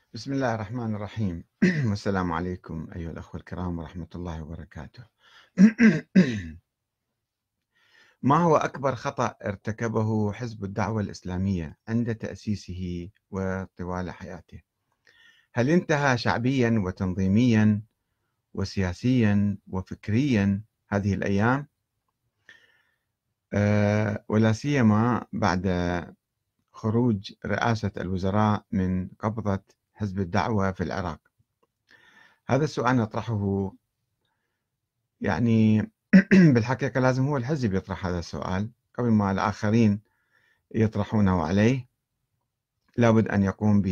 بسم الله الرحمن الرحيم والسلام عليكم أيها الأخوة الكرام ورحمة الله وبركاته. ما هو أكبر خطأ ارتكبه حزب الدعوة الإسلامية عند تأسيسه وطوال حياته؟ هل انتهى شعبيا وتنظيميا وسياسيا وفكريا هذه الأيام؟ ولا سيما بعد خروج رئاسة الوزراء من قبضة حزب الدعوة في العراق. هذا السؤال نطرحه يعني بالحقيقة لازم هو الحزب يطرح هذا السؤال قبل ما الآخرين يطرحونه عليه. لابد أن يقوم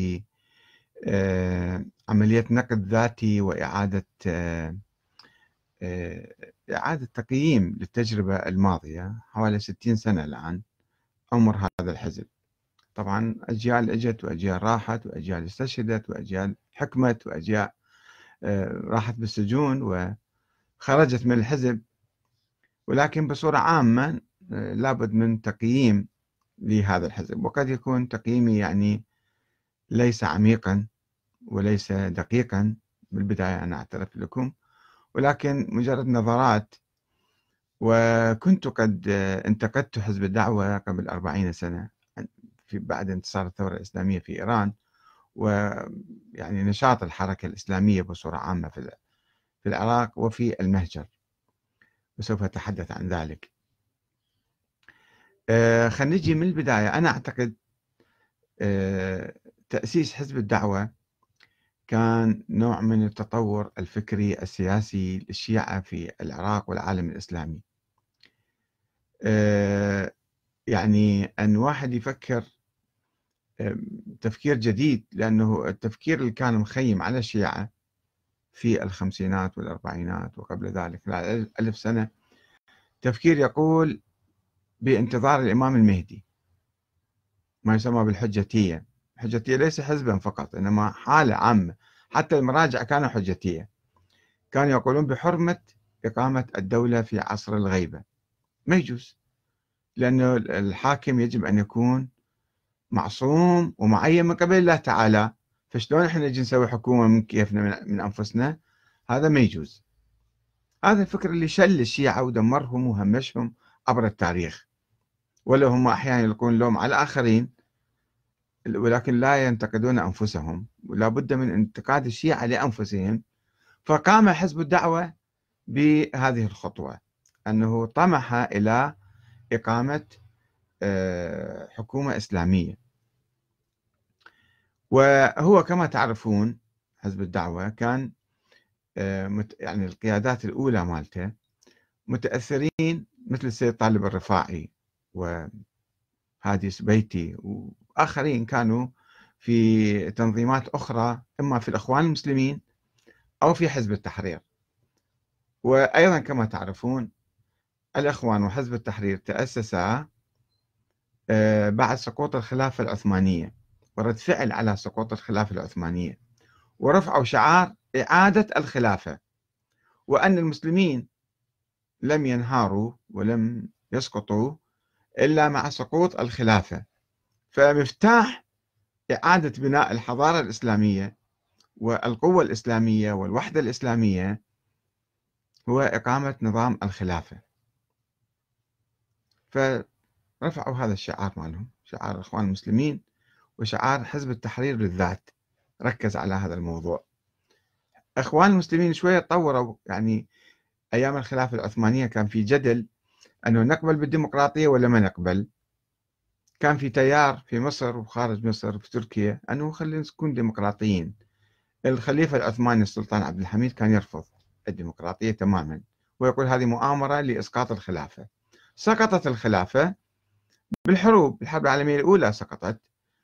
بعملية نقد ذاتي وإعادة إعادة تقييم للتجربة الماضية. حوالي 60 سنة الآن عمر هذا الحزب. طبعا أجيال إجت وأجيال راحت وأجيال استشهدت وأجيال حكمت وأجيال راحت بالسجون وخرجت من الحزب، ولكن بصورة عامة لابد من تقييم لهذا الحزب، وقد يكون تقييمي يعني ليس عميقا وليس دقيقا بالبداية، أنا أعترف لكم، ولكن مجرد نظرات. وكنت قد انتقدت حزب الدعوة قبل 40 سنة بعد انتصار الثورة الإسلامية في إيران، ويعني نشاط الحركة الإسلامية بصورة عامة في العراق وفي المهجر، وسوف أتحدث عن ذلك. خلينا نجي من البداية. أنا أعتقد تأسيس حزب الدعوة كان نوع من التطور الفكري السياسي للشيعة في العراق والعالم الإسلامي. يعني أن واحد يفكر تفكير جديد، لأنه التفكير اللي كان مخيم على الشيعة في الخمسينات والأربعينات وقبل ذلك خلال 1000 سنة تفكير يقول بانتظار الإمام المهدي، ما يسمى بالحجتية. الحجتية ليس حزبا فقط، إنما حالة عامة. حتى المراجع كانوا حجتية، كانوا يقولون بحرمة إقامة الدولة في عصر الغيبة. ما يجوز، لأنه الحاكم يجب أن يكون معصوم ومعين من قبل الله تعالى. فشلون احنا نجي نسوي حكومة من كيفنا من أنفسنا؟ هذا ما يجوز. هذا الفكر اللي شل الشيعة ودمرهم وهمشهم عبر التاريخ، ولو هم أحيانا يلقون اللوم على الآخرين، ولكن لا ينتقدون أنفسهم، ولا بد من انتقاد الشيعة لأنفسهم. فقام حزب الدعوة بهذه الخطوة، أنه طمح إلى إقامة حكومة إسلامية. وهو كما تعرفون حزب الدعوة كان يعني القيادات الأولى مالته متأثرين مثل السيد طالب الرفاعي وهادي سبيتي وآخرين، كانوا في تنظيمات أخرى، إما في الإخوان المسلمين أو في حزب التحرير. وأيضا كما تعرفون الإخوان وحزب التحرير تأسسا بعد سقوط الخلافة العثمانية، ورد فعل على سقوط الخلافة العثمانية، ورفعوا شعار إعادة الخلافة، وأن المسلمين لم ينهاروا ولم يسقطوا إلا مع سقوط الخلافة. فمفتاح إعادة بناء الحضارة الإسلامية والقوة الإسلامية والوحدة الإسلامية هو إقامة نظام الخلافة. فرفعوا هذا الشعار مالهم، شعار الإخوان المسلمين وشعار حزب التحرير بالذات، ركز على هذا الموضوع. إخوان المسلمين شوية تطوروا، يعني أيام الخلافة العثمانية كان في جدل أنه نقبل بالديمقراطية ولا ما نقبل. كان في تيار في مصر وخارج مصر وفي تركيا أنه خلينا نكون ديمقراطيين. الخليفة العثماني السلطان عبد الحميد كان يرفض الديمقراطية تماما، ويقول هذه مؤامرة لإسقاط الخلافة. سقطت الخلافة بالحروب، الحرب العالمية الأولى سقطت،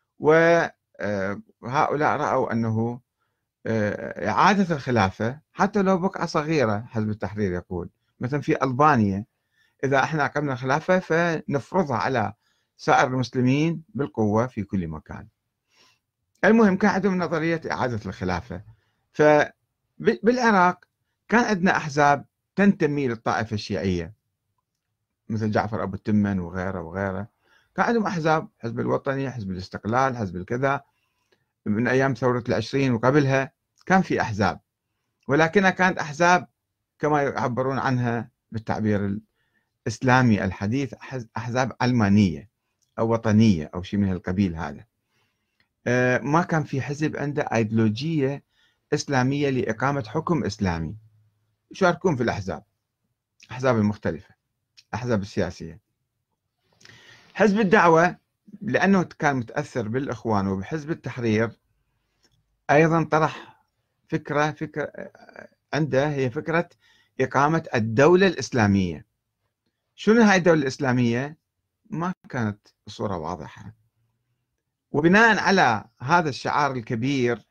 وهؤلاء رأوا أنه إعادة الخلافة حتى لو بقعة صغيرة، حزب التحرير يقول مثلا في ألبانيا إذا احنا أقمنا الخلافة فنفرضها على سائر المسلمين بالقوة في كل مكان. المهم كان عندهم نظرية إعادة الخلافة. فبالعراق كان عندنا أحزاب تنتمي للطائفة الشيعية مثل جعفر أبو التمن وغيره وغيره. كان عندهم أحزاب، حزب الوطني، حزب الاستقلال، حزب الكذا، من أيام ثورة العشرين وقبلها كان في أحزاب، ولكنها كانت أحزاب كما يعبرون عنها بالتعبير الإسلامي الحديث أحزاب علمانية أو وطنية أو شيء من القبيل هذا. ما كان في حزب عنده أيديولوجية إسلامية لإقامة حكم إسلامي. يشاركون في الأحزاب المختلفة، الأحزاب السياسية. حزب الدعوة لأنه كان متأثر بالإخوان وبحزب التحرير أيضا طرح فكرة عنده، هي فكرة إقامة الدولة الإسلامية. شنو هاي الدولة الإسلامية؟ ما كانت الصورة واضحة. وبناء على هذا الشعار الكبير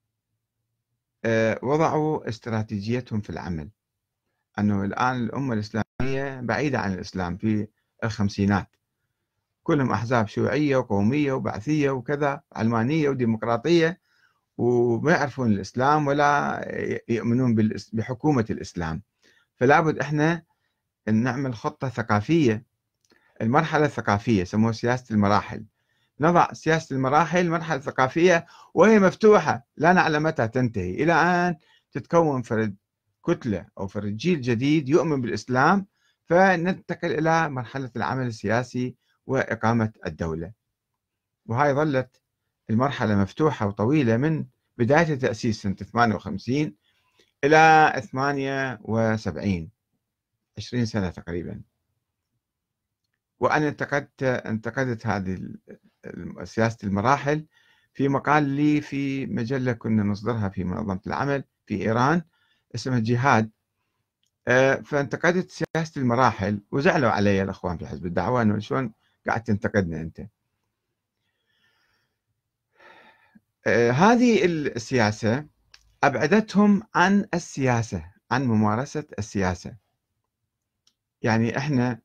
وضعوا استراتيجيتهم في العمل، أنه الآن الأمة الإسلامية بعيدة عن الإسلام في الخمسينات، كلهم أحزاب شيوعية وقومية وبعثية وكذا، علمانية وديمقراطية، وما يعرفون الإسلام ولا يؤمنون بحكومة الإسلام. فلا بد إحنا نعمل خطة ثقافية، المرحلة الثقافية سموها سياسة المراحل. نضع سياسة المراحل مرحلة ثقافية وهي مفتوحة، لا نعلم متى تنتهي، إلى أن تتكون فرد كتلة أو فرد جيل جديد يؤمن بالإسلام، فننتقل إلى مرحلة العمل السياسي وإقامة الدولة. وهاي ظلت المرحلة مفتوحة وطويلة من بداية التأسيس سنة 58 إلى 78، 20 سنة تقريبا. وأنا انتقدت هذه سياسة المراحل في مقال لي في مجلة كنا نصدرها في منظمة العمل في إيران اسمها جهاد. فانتقدت سياسة المراحل وزعلوا علي الأخوان في حزب الدعوة أنه شلون قاعد تنتقدنا أنت. هذه السياسة أبعدتهم عن السياسة، عن ممارسة السياسة. يعني إحنا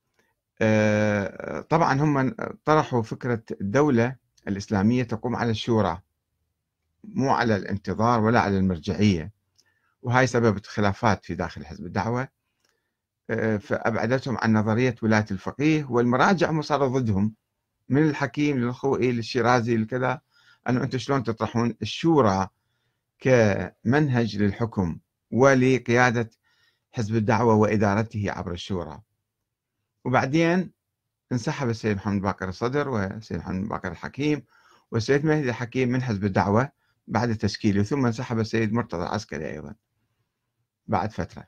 طبعا هم طرحوا فكرة الدولة الإسلامية تقوم على الشورى، مو على الانتظار ولا على المرجعية، وهاي سببت خلافات في داخل حزب الدعوة. فأبعدتهم عن نظرية ولاية الفقيه، والمراجع هم صاروا ضدهم، من الحكيم للخوئي للشيرازي لكذا، أنه أنتم شلون تطرحون الشورى كمنهج للحكم ولقيادة حزب الدعوة وإدارته عبر الشورى. وبعدين انسحب السيد محمد باقر الصدر والسيد محمد باقر الحكيم والسيد مهدي الحكيم من حزب الدعوة بعد تشكيله، ثم انسحب السيد مرتضى العسكري أيضا بعد فترة.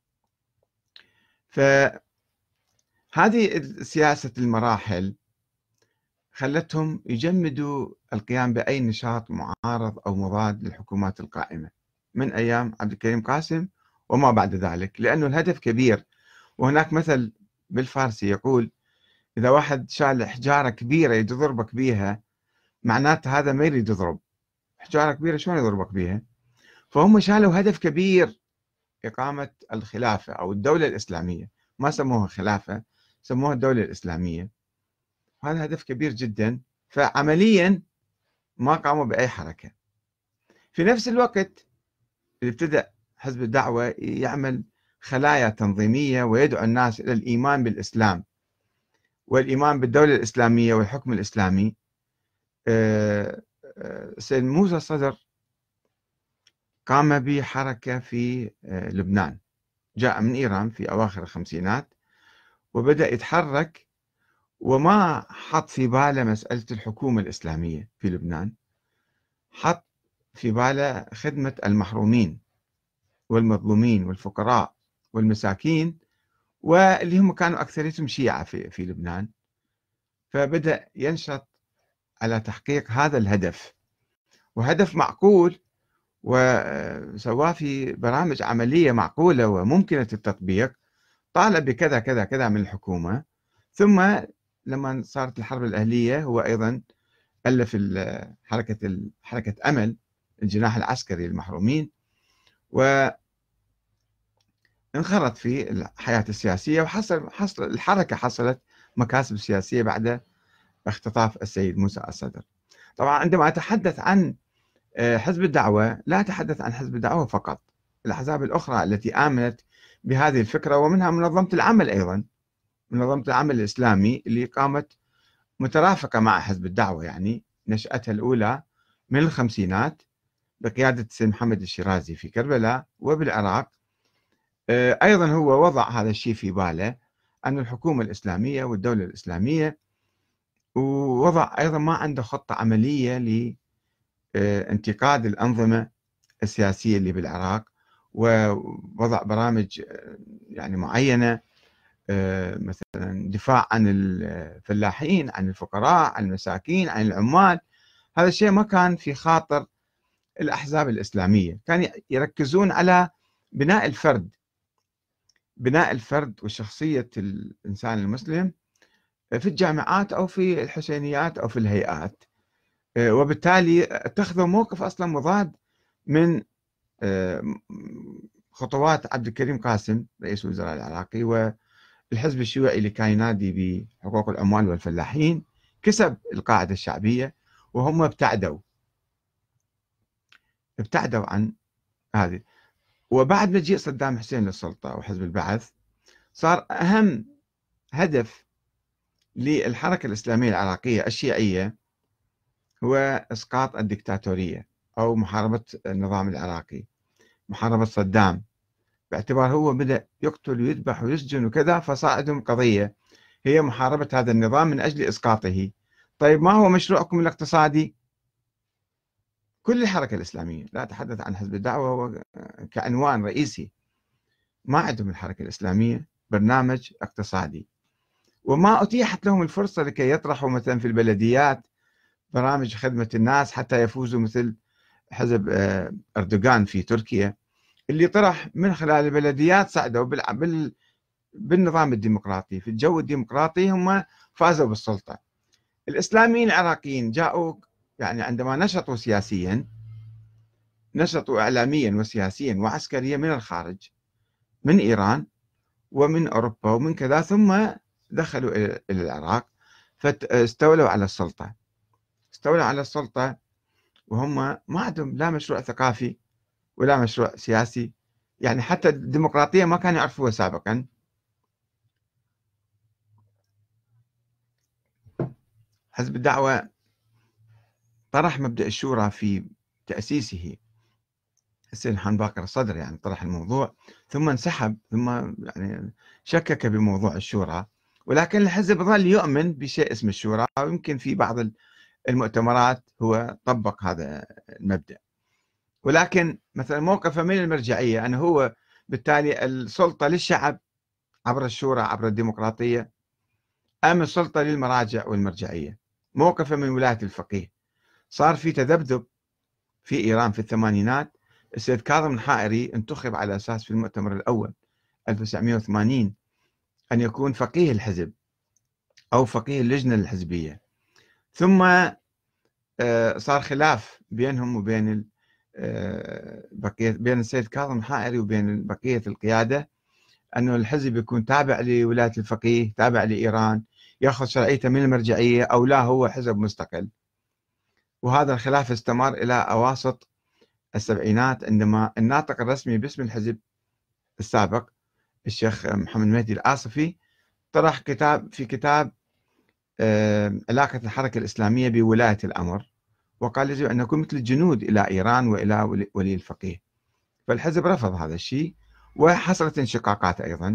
فهذه سياسة المراحل خلتهم يجمدوا القيام بأي نشاط معارض أو مضاد للحكومات القائمة من أيام عبد الكريم قاسم وما بعد ذلك، لأنه الهدف كبير. وهناك مثل بالفارسي يقول: إذا واحد شال حجارة كبيرة يضربك بيها، معناته هذا ما يريد يضرب. حجارة كبيرة شلون يضربك بيها؟ فهم شالوا هدف كبير، إقامة الخلافة أو الدولة الإسلامية. ما سموها خلافة، سموها الدولة الإسلامية. هذا هدف كبير جدا، فعمليا ما قاموا بأي حركة. في نفس الوقت ابتدأ حزب الدعوة يعمل خلايا تنظيمية ويدعو الناس إلى الإيمان بالإسلام والإيمان بالدولة الإسلامية والحكم الإسلامي. السيد موسى الصدر قام بحركة في لبنان، جاء من إيران في أواخر الخمسينات وبدأ يتحرك، وما حط في باله مسألة الحكومة الإسلامية في لبنان، حط في باله خدمة المحرومين والمظلومين والفقراء والمساكين، واللي هم كانوا أكثريتهم شيعة في لبنان. فبدأ ينشط على تحقيق هذا الهدف، وهدف معقول، وسواه في برامج عملية معقولة وممكنة التطبيق. طالب بكذا كذا كذا من الحكومة، ثم لما صارت الحرب الأهلية هو أيضا ألف حركة أمل، الجناح العسكري للمحرومين، وانخرط في الحياة السياسية، وحصل الحركة حصلت مكاسب سياسية بعد اختطاف السيد موسى الصدر. طبعا عندما أتحدث عن حزب الدعوة لا أتحدث عن حزب الدعوة فقط، الأحزاب الأخرى التي آمنت بهذه الفكرة، ومنها منظمة العمل أيضا، منظمة العمل الإسلامي اللي قامت مترافقة مع حزب الدعوة، يعني نشأتها الأولى من الخمسينات بقيادة السيد محمد الشيرازي في كربلاء وبالعراق. أيضا هو وضع هذا الشيء في باله، أن الحكومة الإسلامية والدولة الإسلامية، ووضع أيضا ما عنده خطة عملية لانتقاد الأنظمة السياسية اللي بالعراق، ووضع برامج يعني معينة، مثلا دفاع عن الفلاحين، عن الفقراء، عن المساكين، عن العمال. هذا الشيء ما كان في خاطر الأحزاب الإسلامية، كان يركزون على بناء الفرد، بناء الفرد وشخصية الإنسان المسلم في الجامعات أو في الحسينيات أو في الهيئات. وبالتالي اتخذوا موقف أصلا مضاد من خطوات عبد الكريم قاسم رئيس الوزراء العراقي والحزب الشيوعي اللي كان ينادي بحقوق العمال والفلاحين. كسب القاعدة الشعبية وهم ابتعدوا عن هذه. وبعد مجيء صدام حسين للسلطة وحزب البعث، صار أهم هدف للحركة الإسلامية العراقية الشيعية هو إسقاط الدكتاتورية أو محاربة النظام العراقي، محاربة صدام، باعتبار هو بدأ يقتل ويذبح ويسجن وكذا، فصار عندهم قضية هي محاربة هذا النظام من أجل إسقاطه. طيب ما هو مشروعكم الاقتصادي؟ كل الحركة الإسلامية، لا أتحدث عن حزب الدعوة هو كعنوان رئيسي، ما عندهم الحركة الإسلامية برنامج اقتصادي، وما أتيحت لهم الفرصة لكي يطرحوا مثلا في البلديات برامج خدمة الناس حتى يفوزوا، مثل حزب أردوغان في تركيا اللي طرح من خلال البلديات ساعدوا بالنظام الديمقراطي، في الجو الديمقراطي هم فازوا بالسلطة. الإسلاميين العراقيين جاءوا يعني عندما نشطوا سياسيا، نشطوا إعلاميا وسياسيا وعسكريا من الخارج، من إيران ومن أوروبا ومن كذا، ثم دخلوا إلى العراق فاستولوا على السلطة. استولوا على السلطة وهم ما عندهم لا مشروع ثقافي ولا مشروع سياسي، يعني حتى الديمقراطية ما كانوا يعرفوها سابقا. حزب الدعوة طرح مبدأ الشورى في تأسيسه، السيد حان باقر الصدر يعني طرح الموضوع، ثم انسحب، ثم يعني شكك بموضوع الشورى، ولكن الحزب ظل يؤمن بشيء اسمه الشورى، ويمكن في بعض المؤتمرات هو طبق هذا المبدأ. ولكن مثلا موقفه من المرجعية أنه هو بالتالي السلطة للشعب عبر الشورى عبر الديمقراطية، أم السلطة للمراجع والمرجعية. موقفه من ولاية الفقيه. صار في تذبذب في إيران في الثمانينات. السيد كاظم الحائري انتخب على أساس في المؤتمر الأول 1980 أن يكون فقيه الحزب أو فقيه اللجنة الحزبية، ثم صار خلاف بينهم وبين بقية، بين السيد كاظم الحائري وبين بقية القيادة، أنه الحزب يكون تابع لولاية الفقيه، تابع لإيران، يأخذ شرعيته من المرجعية، أو لا هو حزب مستقل. وهذا الخلاف استمر إلى أواسط السبعينات، عندما الناطق الرسمي باسم الحزب السابق الشيخ محمد مهدي الآصفي طرح كتاب علاقة الحركة الإسلامية بولاية الأمر، وقال يجب أن نكون مثل الجنود إلى إيران وإلى ولي الفقيه. فالحزب رفض هذا الشيء، وحصلت انشقاقات أيضا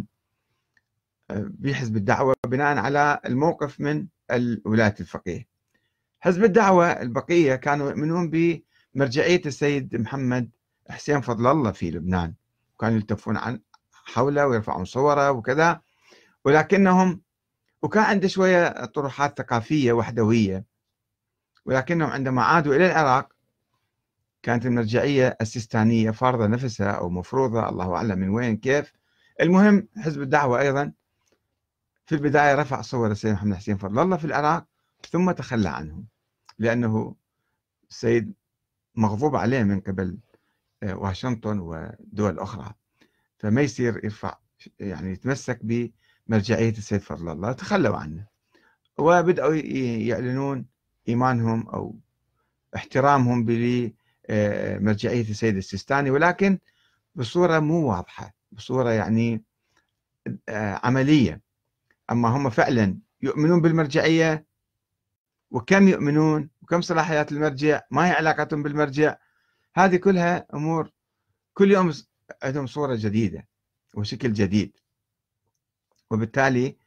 بحزب الدعوة بناء على الموقف من ولاية الفقيه. حزب الدعوة البقية كانوا يؤمنون بمرجعية السيد محمد حسين فضل الله في لبنان، وكانوا يلتفون حوله ويرفعون صوره وكذا، ولكنهم وكان عنده شوية طروحات ثقافية وحدوية، ولكنهم عندما عادوا إلى العراق كانت المرجعية السيستانية فارضة نفسها أو مفروضة، الله أعلم من وين كيف. المهم حزب الدعوة أيضا في البداية رفع صور السيد محمد حسين فضل الله في العراق، ثم تخلى عنهم لأنه السيد مغضوب عليه من قبل واشنطن ودول أخرى، فما يصير يرفع يعني يتمسك بمرجعية السيد فضل الله، تخلوا عنه وبدأوا يعلنون إيمانهم أو احترامهم بمرجعية السيد السيستاني، ولكن بصورة مو واضحة، بصورة يعني عملية. أما هم فعلا يؤمنون بالمرجعية وكم يؤمنون وكم صلاحيات المرجع، ما هي علاقتهم بالمرجع. هذه كلها أمور كل يوم عندهم صورة جديدة وشكل جديد. وبالتالي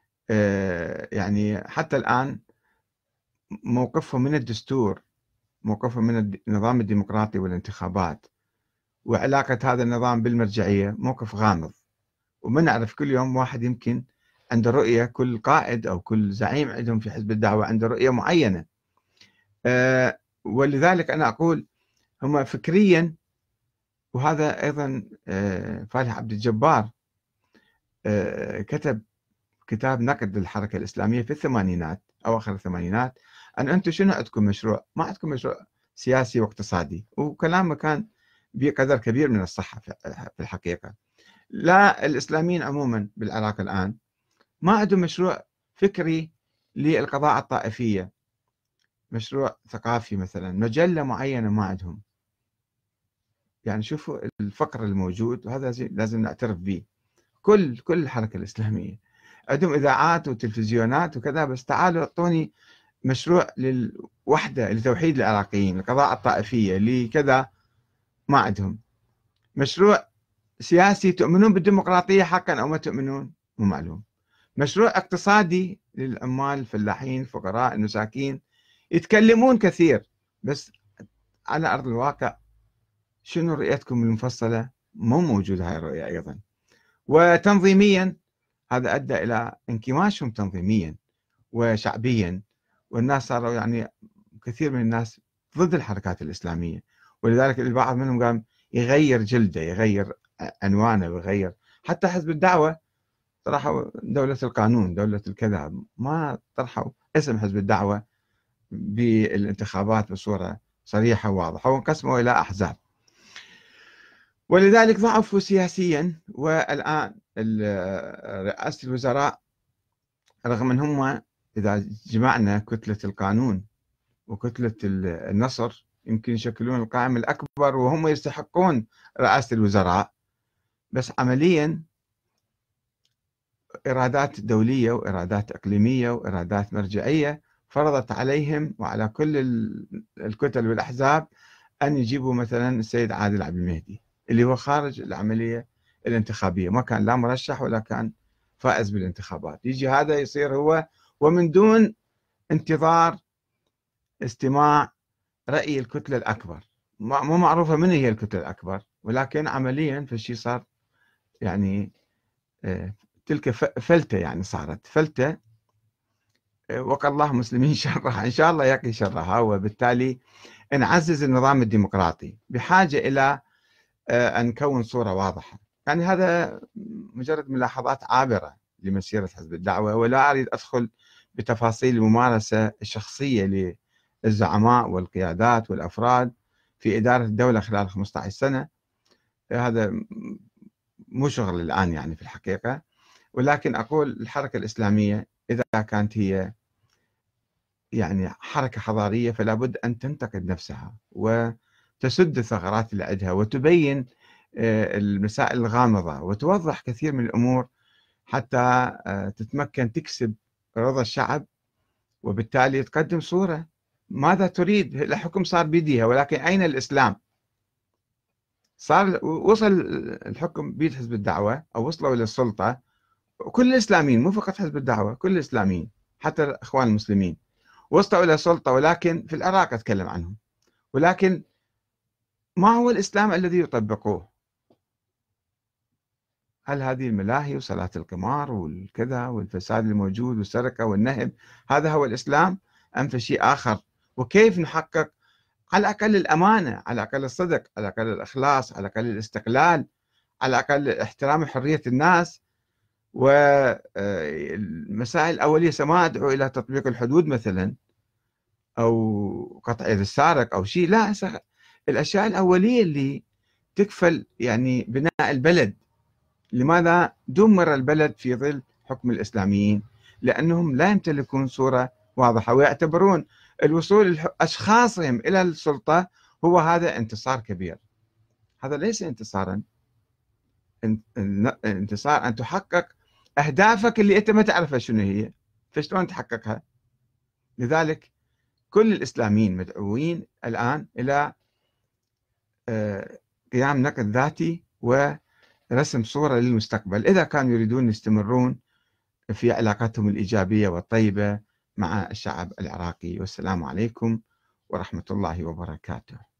يعني حتى الآن موقفهم من الدستور، موقفهم من النظام الديمقراطي والانتخابات وعلاقة هذا النظام بالمرجعية موقف غامض. وما نعرف، كل يوم واحد يمكن عنده رؤية، كل قائد أو كل زعيم عندهم في حزب الدعوة عنده رؤية معينة. ولذلك أنا أقول هم فكريا. وهذا أيضا فالح عبد الجبار كتب كتاب نقد للحركة الإسلامية في الثمانينات، أواخر الثمانينات، أن أنتم شنو عندكم مشروع؟ ما عندكم مشروع سياسي واقتصادي. وكلامه كان بقدر كبير من الصحة في الحقيقة. لا، الإسلاميين عموما بالعراق الآن ما عندهم مشروع فكري للقضاء على الطائفية، مشروع ثقافي مثلا، مجلة معينة ما عندهم. يعني شوفوا الفقر الموجود، وهذا لازم نعترف به. كل الحركة الإسلامية عندهم إذاعات وتلفزيونات وكذا، بس تعالوا اعطوني مشروع للوحدة، لتوحيد العراقيين، لقضاء على الطائفية، لكذا. ما عندهم مشروع سياسي. تؤمنون بالديمقراطية حقا أو ما تؤمنون مو معلوم. مشروع اقتصادي للعمال، الفلاحين، الفقراء، المساكين، يتكلمون كثير، بس على أرض الواقع شنو رؤيتكم المفصلة؟ مو موجود هاي الرؤية أيضا. وتنظيميا هذا أدى إلى انكماشهم تنظيميا وشعبيا، والناس صاروا يعني كثير من الناس ضد الحركات الإسلامية. ولذلك البعض منهم قام يغير جلده، يغير عنوانه، ويغير حتى حزب الدعوة. طرحوا دولة القانون، دولة الكذا، ما طرحوا اسم حزب الدعوة بالانتخابات بصورة صريحة وواضحة، وانقسموا إلى أحزاب. ولذلك ضعفوا سياسيا. والآن رئاسة الوزراء، رغم أن هم إذا جمعنا كتلة القانون وكتلة النصر يمكن يشكلون القائمة الأكبر وهم يستحقون رئاسة الوزراء، بس عمليا إرادات دولية وإرادات إقليمية وإرادات مرجعية فرضت عليهم وعلى كل الكتل والأحزاب أن يجيبوا مثلا السيد عادل عبد المهدي، اللي هو خارج العملية الانتخابية، ما كان لا مرشح ولا كان فائز بالانتخابات. يجي هذا يصير هو، ومن دون انتظار استماع رأي الكتلة الأكبر. مو معروفة من هي الكتلة الأكبر، ولكن عمليا فالشيء صار يعني تلك فلتة، يعني صارت فلتة. وقى الله مسلمين شرها، إن شاء الله يقي شرها. وبالتالي نعزز النظام الديمقراطي بحاجة إلى أن نكون صورة واضحة. يعني هذا مجرد ملاحظات عابرة لمسيرة حزب الدعوة، ولا أريد أدخل بتفاصيل الممارسة الشخصية للزعماء والقيادات والأفراد في إدارة الدولة خلال 15 سنة. هذا مو شغل الآن يعني في الحقيقة. ولكن أقول الحركة الإسلامية إذا كانت هي يعني حركة حضارية فلا بد أن تنتقد نفسها وتسد الثغرات اللي عندها، وتبين المسائل الغامضة، وتوضح كثير من الأمور حتى تتمكن تكسب رضا الشعب، وبالتالي تقدم صورة ماذا تريد. الحكم صار بيديها، ولكن أين الإسلام؟ وصل الحكم بيد حزب الدعوة، أو وصلوا إلى السلطة كل الإسلاميين، مو فقط حزب الدعوة، كل الإسلاميين حتى الإخوان المسلمين وصلوا إلى السلطة، ولكن في العراق أتكلم عنهم. ولكن ما هو الإسلام الذي يطبقوه؟ هل هذه الملاهي وصلاة القمار والكذا والفساد الموجود والسرقة والنهب هذا هو الإسلام، أم في شيء آخر؟ وكيف نحقق على الأقل الأمانة، على الأقل الصدق، على الأقل الإخلاص، على الأقل الاستقلال، على الأقل احترام حرية الناس؟ والمسائل الأولية ما أدعو إلى تطبيق الحدود مثلا أو قطع يد السارق أو شيء، لا. الأشياء الأولية اللي تكفل يعني بناء البلد. لماذا دمر البلد في ظل حكم الإسلاميين؟ لأنهم لا يمتلكون صورة واضحة، ويعتبرون الوصول أشخاصهم إلى السلطة هو هذا انتصار كبير. هذا ليس انتصارا. انتصار أن تحقق أهدافك اللي أنت ما تعرفها شنو هي، فشلون تحققها. لذلك كل الإسلاميين مدعوين الآن إلى قيام نقد ذاتي ورسم صورة للمستقبل إذا كانوا يريدون يستمرون في علاقتهم الإيجابية والطيبة مع الشعب العراقي. والسلام عليكم ورحمة الله وبركاته.